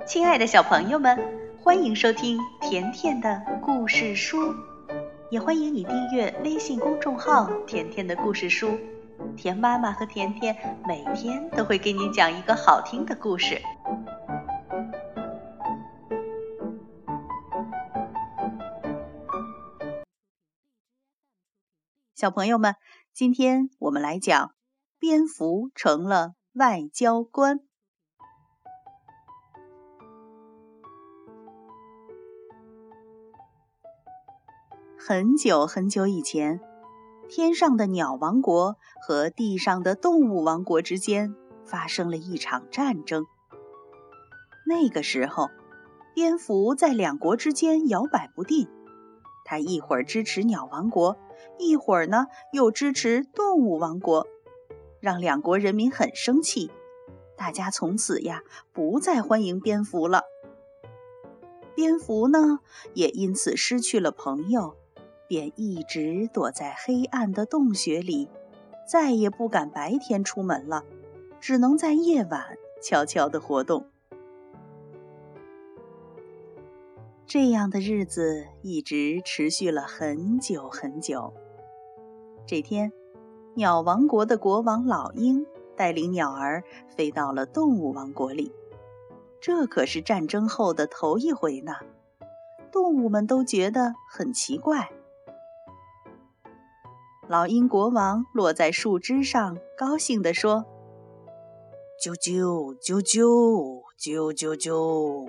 亲爱的小朋友们，欢迎收听甜甜的故事书，也欢迎你订阅微信公众号甜甜的故事书。甜妈妈和甜甜每天都会给你讲一个好听的故事。小朋友们，今天我们来讲蝙蝠成了外交官。很久很久以前，天上的鸟王国和地上的动物王国之间发生了一场战争。那个时候，蝙蝠在两国之间摇摆不定，它一会儿支持鸟王国，一会儿呢又支持动物王国，让两国人民很生气。大家从此不再欢迎蝙蝠了。蝙蝠呢也因此失去了朋友，便一直躲在黑暗的洞穴里，再也不敢白天出门了，只能在夜晚悄悄地活动。这样的日子一直持续了很久很久。这天，鸟王国的国王老鹰带领鸟儿飞到了动物王国里，这可是战争后的头一回呢。动物们都觉得很奇怪。老鹰国王落在树枝上，高兴地说：啾啾啾啾啾啾啾。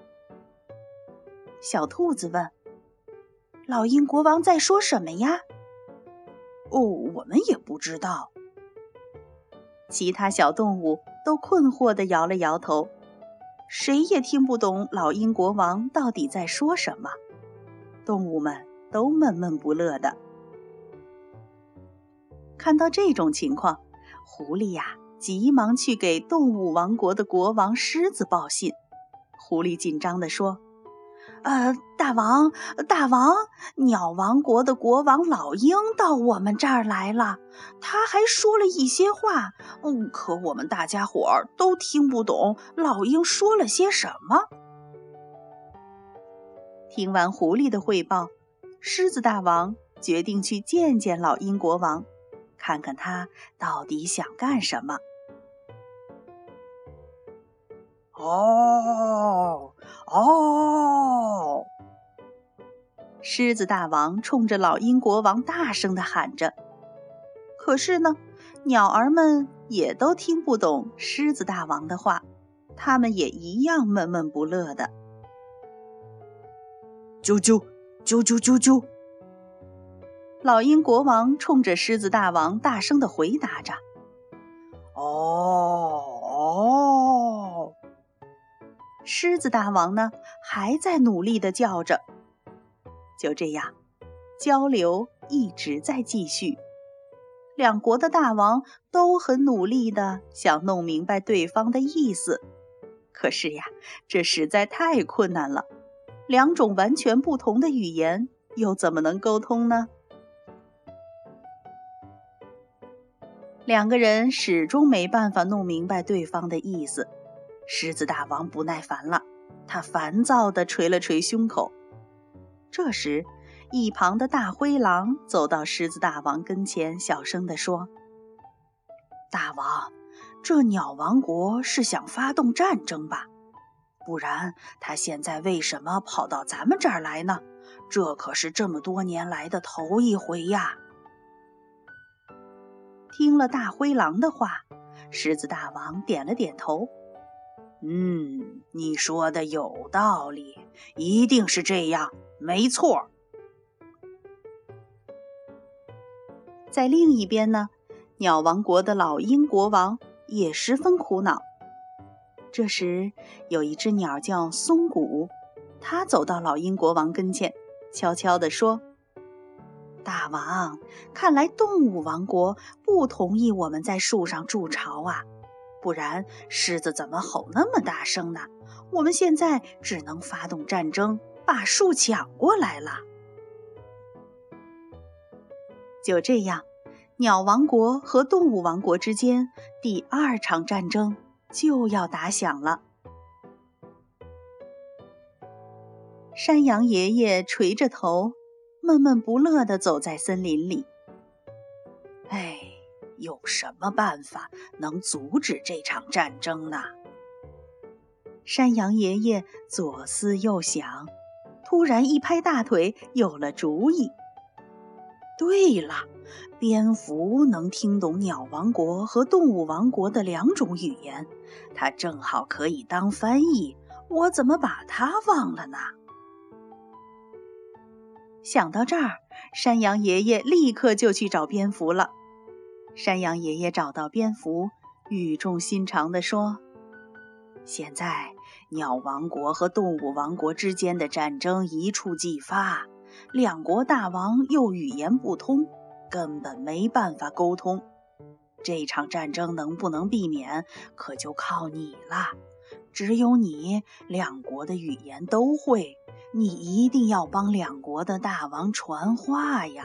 小兔子问：老鹰国王在说什么呀？我们也不知道。其他小动物都困惑地摇了摇头，谁也听不懂老鹰国王到底在说什么。动物们都闷闷不乐的。看到这种情况，狐狸急忙去给动物王国的国王狮子报信。狐狸紧张地说：大王，鸟王国的国王老鹰到我们这儿来了，他还说了一些话，可我们大家伙儿都听不懂老鹰说了些什么。听完狐狸的汇报，狮子大王决定去见见老鹰国王，看看他到底想干什么。狮子大王冲着老鹰国王大声地喊着，可是呢，鸟儿们也都听不懂狮子大王的话，他们也一样闷闷不乐的。啾啾啾啾啾啾。老鹰国王冲着狮子大王大声地回答着。狮子大王呢，还在努力地叫着。就这样，交流一直在继续。两国的大王都很努力地想弄明白对方的意思，可是这实在太困难了。两种完全不同的语言，又怎么能沟通呢？两个人始终没办法弄明白对方的意思。狮子大王不耐烦了，他烦躁地捶了捶胸口。这时，一旁的大灰狼走到狮子大王跟前，小声地说：大王，这鸟王国是想发动战争吧？不然他现在为什么跑到咱们这儿来呢？这可是这么多年来的头一回呀。听了大灰狼的话，狮子大王点了点头。你说的有道理，一定是这样，没错。在另一边呢，鸟王国的老鹰国王也十分苦恼。这时，有一只鸟叫松骨，它走到老鹰国王跟前，悄悄地说：大王，看来动物王国不同意我们在树上筑巢啊，不然狮子怎么吼那么大声呢？我们现在只能发动战争，把树抢过来了。就这样，鸟王国和动物王国之间第二场战争就要打响了。 山羊爷爷垂着头，闷闷不乐地走在森林里。哎，有什么办法能阻止这场战争呢？山羊爷爷左思右想，突然一拍大腿，有了主意。对了，蝙蝠能听懂鸟王国和动物王国的两种语言，它正好可以当翻译，我怎么把它忘了呢？想到这儿，山羊爷爷立刻就去找蝙蝠了。山羊爷爷找到蝙蝠，语重心长地说：现在鸟王国和动物王国之间的战争一触即发，两国大王又语言不通，根本没办法沟通。这场战争能不能避免，可就靠你了。只有你两国的语言都会，你一定要帮两国的大王传话呀。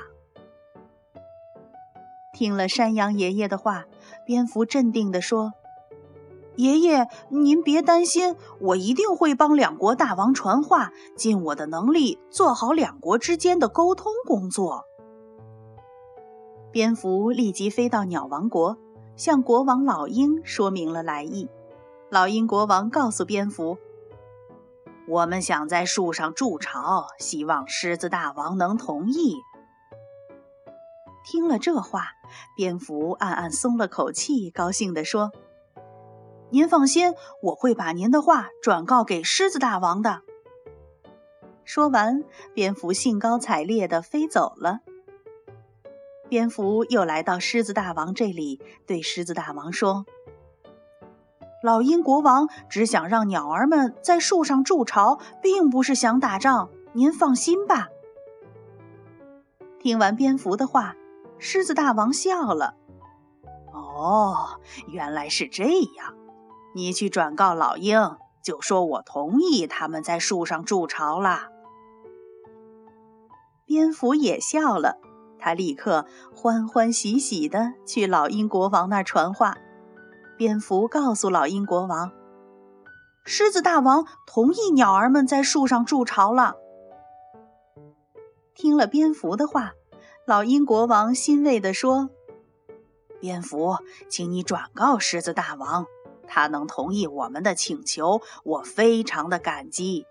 听了山羊爷爷的话，蝙蝠镇定地说：爷爷，您别担心，我一定会帮两国大王传话，尽我的能力做好两国之间的沟通工作。蝙蝠立即飞到鸟王国，向国王老鹰说明了来意。老鹰国王告诉蝙蝠：我们想在树上筑巢，希望狮子大王能同意。听了这话，蝙蝠暗暗松了口气，高兴地说：您放心，我会把您的话转告给狮子大王的。说完，蝙蝠兴高采烈地飞走了。蝙蝠又来到狮子大王这里，对狮子大王说：老鹰国王只想让鸟儿们在树上筑巢，并不是想打仗，您放心吧。听完蝙蝠的话，狮子大王笑了：哦，原来是这样。你去转告老鹰，就说我同意他们在树上筑巢了。蝙蝠也笑了，他立刻欢欢喜喜地去老鹰国王那儿传话。蝙蝠告诉老鹰国王，狮子大王同意鸟儿们在树上筑巢了。听了蝙蝠的话，老鹰国王欣慰地说：蝙蝠，请你转告狮子大王，他能同意我们的请求，我非常的感激。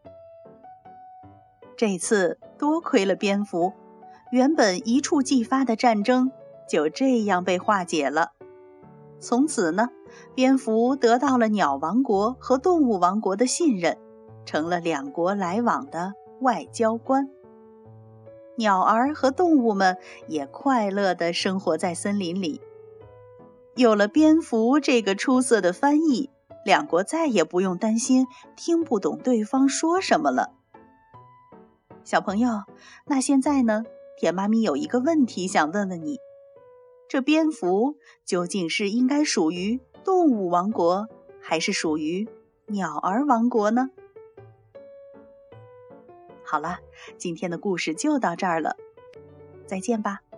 这次多亏了蝙蝠，原本一触即发的战争就这样被化解了。从此呢，蝙蝠得到了鸟王国和动物王国的信任，成了两国来往的外交官。鸟儿和动物们也快乐地生活在森林里。有了蝙蝠这个出色的翻译，两国再也不用担心听不懂对方说什么了。小朋友，那现在呢，田妈咪有一个问题想问问你，这蝙蝠究竟是应该属于动物王国，还是属于鸟儿王国呢？好了，今天的故事就到这儿了，再见吧。